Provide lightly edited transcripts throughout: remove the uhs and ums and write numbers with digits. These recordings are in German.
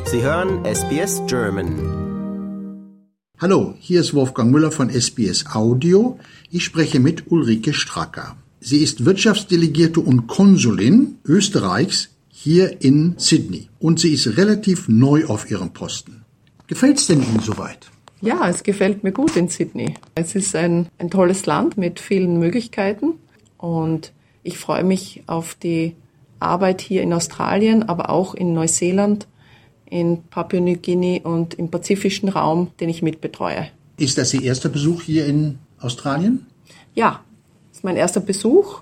Sie hören SBS German. Hallo, hier ist Wolfgang Müller von SBS Audio. Ich spreche mit Ulrike Stracker. Sie ist Wirtschaftsdelegierte und Konsulin Österreichs hier in Sydney. Und sie ist relativ neu auf ihrem Posten. Gefällt's denn Ihnen soweit? Ja, es gefällt mir gut in Sydney. Es ist ein tolles Land mit vielen Möglichkeiten und ich freue mich auf die Arbeit hier in Australien, aber auch in Neuseeland, in Papua-Neuguinea und im pazifischen Raum, den ich mitbetreue. Ist das Ihr erster Besuch hier in Australien? Ja, das ist mein erster Besuch,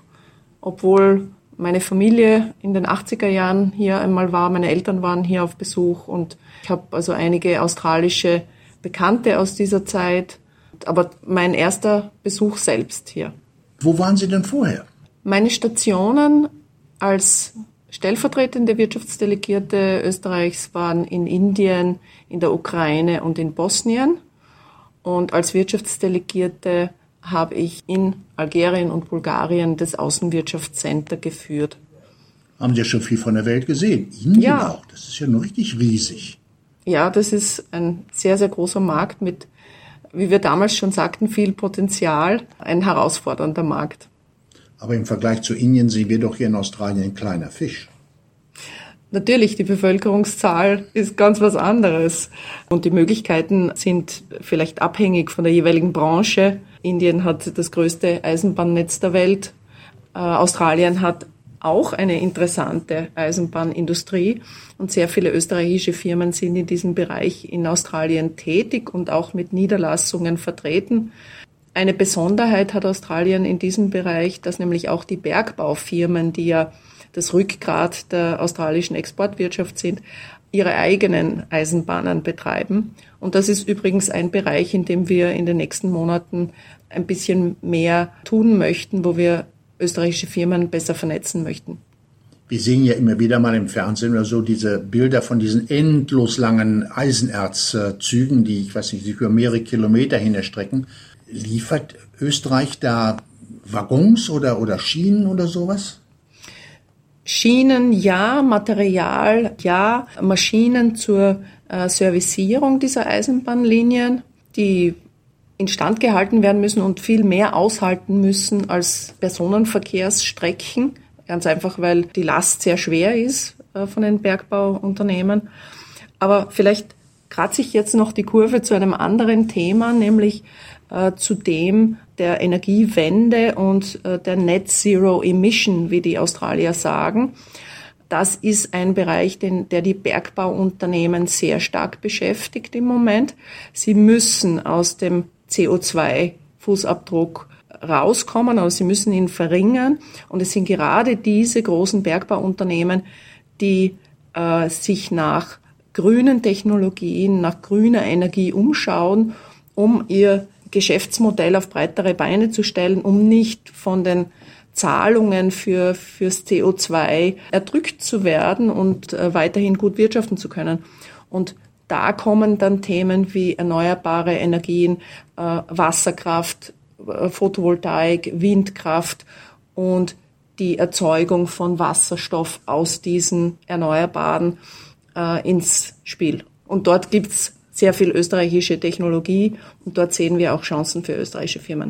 obwohl meine Familie in den 80er Jahren hier einmal war. Meine Eltern waren hier auf Besuch und ich habe also einige australische Bekannte aus dieser Zeit. Aber mein erster Besuch selbst hier. Wo waren Sie denn vorher? Meine Stationen als stellvertretende Wirtschaftsdelegierte Österreichs waren in Indien, in der Ukraine und in Bosnien. Und als Wirtschaftsdelegierte habe ich in Algerien und Bulgarien das Außenwirtschaftscenter geführt. Haben Sie ja schon viel von der Welt gesehen? Indien Ja. auch. Das ist ja nur richtig riesig. Ja, das ist ein sehr, sehr großer Markt mit, wie wir damals schon sagten, viel Potenzial, ein herausfordernder Markt. Aber im Vergleich zu Indien sehen wir doch hier in Australien ein kleiner Fisch. Natürlich, die Bevölkerungszahl ist ganz was anderes. Und die Möglichkeiten sind vielleicht abhängig von der jeweiligen Branche. Indien hat das größte Eisenbahnnetz der Welt. Australien hat auch eine interessante Eisenbahnindustrie. Und sehr viele österreichische Firmen sind in diesem Bereich in Australien tätig und auch mit Niederlassungen vertreten. Eine Besonderheit hat Australien in diesem Bereich, dass nämlich auch die Bergbaufirmen, die ja das Rückgrat der australischen Exportwirtschaft sind, ihre eigenen Eisenbahnen betreiben. Und das ist übrigens ein Bereich, in dem wir in den nächsten Monaten ein bisschen mehr tun möchten, wo wir österreichische Firmen besser vernetzen möchten. Wir sehen ja immer wieder mal im Fernsehen oder so diese Bilder von diesen endlos langen Eisenerzzügen, die, ich weiß nicht, sich über mehrere Kilometer hin erstrecken. Liefert Österreich da Waggons oder Schienen oder sowas? Schienen ja, Material ja, Maschinen zur Servicierung dieser Eisenbahnlinien, die instand gehalten werden müssen und viel mehr aushalten müssen als Personenverkehrsstrecken. Ganz einfach, weil die Last sehr schwer ist von den Bergbauunternehmen. Aber vielleicht kratze ich jetzt noch die Kurve zu einem anderen Thema, nämlich zu dem der Energiewende und der Net Zero Emission, wie die Australier sagen. Das ist ein Bereich, der die Bergbauunternehmen sehr stark beschäftigt im Moment. Sie müssen aus dem CO2-Fußabdruck rauskommen, aber sie müssen ihn verringern. Und es sind gerade diese großen Bergbauunternehmen, die sich nach grünen Technologien, nach grüner Energie umschauen, um ihr Geschäftsmodell auf breitere Beine zu stellen, um nicht von den Zahlungen fürs CO2 erdrückt zu werden und weiterhin gut wirtschaften zu können. Und da kommen dann Themen wie erneuerbare Energien, Wasserkraft, Photovoltaik, Windkraft und die Erzeugung von Wasserstoff aus diesen Erneuerbaren ins Spiel. Und dort gibt's sehr viel österreichische Technologie und dort sehen wir auch Chancen für österreichische Firmen.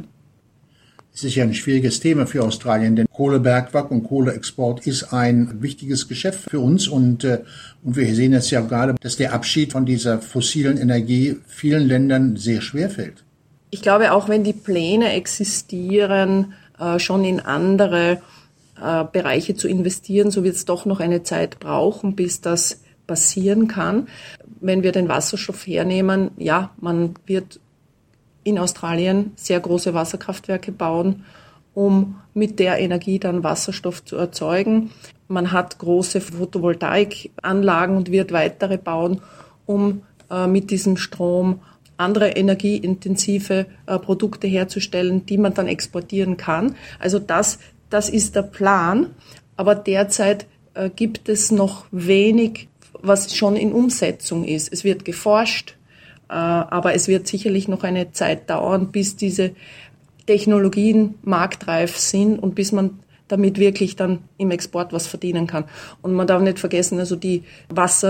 Es ist ja ein schwieriges Thema für Australien, denn Kohlebergwerk und Kohleexport ist ein wichtiges Geschäft für uns und wir sehen jetzt ja gerade, dass der Abschied von dieser fossilen Energie vielen Ländern sehr schwer fällt. Ich glaube, auch wenn die Pläne existieren, schon in andere Bereiche zu investieren, so wird es doch noch eine Zeit brauchen, bis das passieren kann. Wenn wir den Wasserstoff hernehmen, ja, man wird in Australien sehr große Wasserkraftwerke bauen, um mit der Energie dann Wasserstoff zu erzeugen. Man hat große Photovoltaikanlagen und wird weitere bauen, um mit diesem Strom andere energieintensive Produkte herzustellen, die man dann exportieren kann. Also das ist der Plan. Aber derzeit gibt es noch wenig, was schon in Umsetzung ist. Es wird geforscht, aber es wird sicherlich noch eine Zeit dauern, bis diese Technologien marktreif sind und bis man damit wirklich dann im Export was verdienen kann. Und man darf nicht vergessen, also die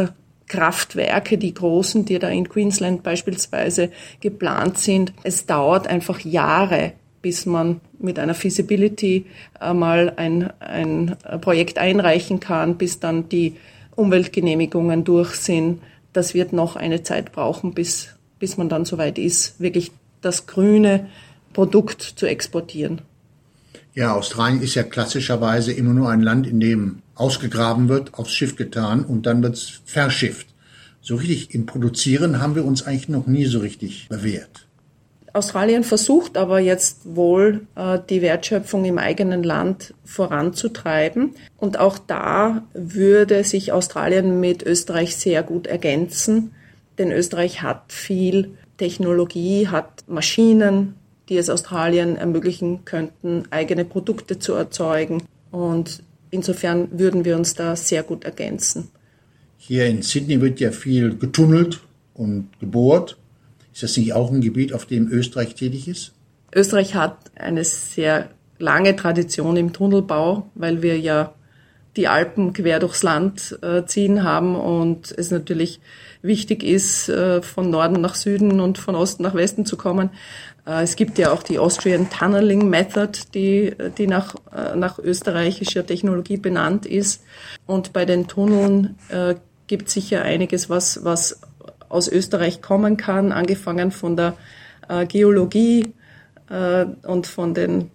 Kraftwerke, die großen, die da in Queensland beispielsweise geplant sind. Es dauert einfach Jahre, bis man mit einer Feasibility mal ein Projekt einreichen kann, bis dann die Umweltgenehmigungen durch sind. Das wird noch eine Zeit brauchen, bis man dann soweit ist, wirklich das grüne Produkt zu exportieren. Ja, Australien ist ja klassischerweise immer nur ein Land, in dem ausgegraben wird, aufs Schiff getan und dann wird's verschifft. So richtig im Produzieren haben wir uns eigentlich noch nie so richtig bewährt. Australien versucht aber jetzt wohl, die Wertschöpfung im eigenen Land voranzutreiben. Und auch da würde sich Australien mit Österreich sehr gut ergänzen, denn Österreich hat viel Technologie, hat Maschinen, die es Australien ermöglichen könnten, eigene Produkte zu erzeugen. Und insofern würden wir uns da sehr gut ergänzen. Hier in Sydney wird ja viel getunnelt und gebohrt. Ist das nicht auch ein Gebiet, auf dem Österreich tätig ist? Österreich hat eine sehr lange Tradition im Tunnelbau, weil wir ja die Alpen quer durchs Land ziehen haben und es natürlich wichtig ist, von Norden nach Süden und von Osten nach Westen zu kommen. Es gibt ja auch die Austrian Tunneling Method, die nach österreichischer Technologie benannt ist. Und bei den Tunneln gibt es sicher einiges, was aus Österreich kommen kann, angefangen von der Geologie und von den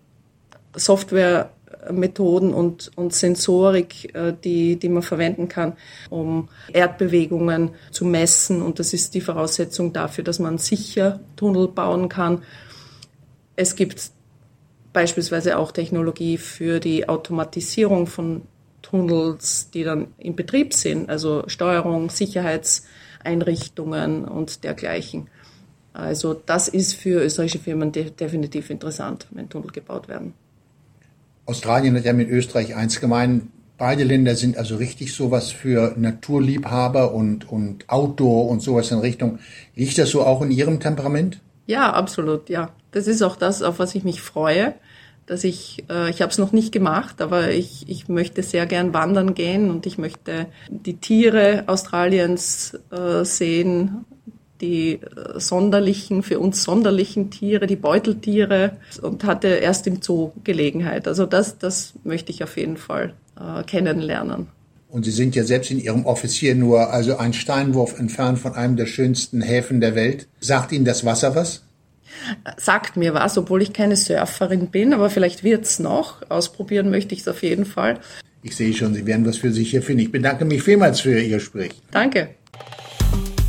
Softwaremethoden und Sensorik, die man verwenden kann, um Erdbewegungen zu messen. Und das ist die Voraussetzung dafür, dass man sicher Tunnel bauen kann. Es gibt beispielsweise auch Technologie für die Automatisierung von Tunnels, die dann in Betrieb sind, also Steuerung, Sicherheitseinrichtungen und dergleichen. Also das ist für österreichische Firmen definitiv interessant, wenn Tunnel gebaut werden. Australien hat ja mit Österreich eins gemein. Beide Länder sind also richtig sowas für Naturliebhaber und Outdoor und sowas in Richtung. Liegt das so auch in Ihrem Temperament? Ja, absolut, ja. Das ist auch das, auf was ich mich freue, dass ich habe es noch nicht gemacht, aber ich möchte sehr gern wandern gehen und ich möchte die Tiere Australiens sehen, die für uns sonderlichen Tiere, die Beuteltiere, und hatte erst im Zoo Gelegenheit. Also das möchte ich auf jeden Fall kennenlernen. Und Sie sind ja selbst in Ihrem Office hier nur also einen Steinwurf entfernt von einem der schönsten Häfen der Welt. Sagt Ihnen das Wasser was? Sagt mir was, obwohl ich keine Surferin bin, aber vielleicht wird's noch. Ausprobieren möchte ich es auf jeden Fall. Ich sehe schon, Sie werden was für sich hier finden. Ich bedanke mich vielmals für Ihr Gespräch. Danke.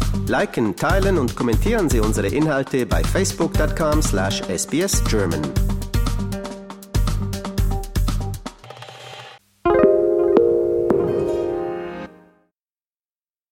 Liken, teilen und kommentieren Sie unsere Inhalte bei facebook.com/sbsgerman.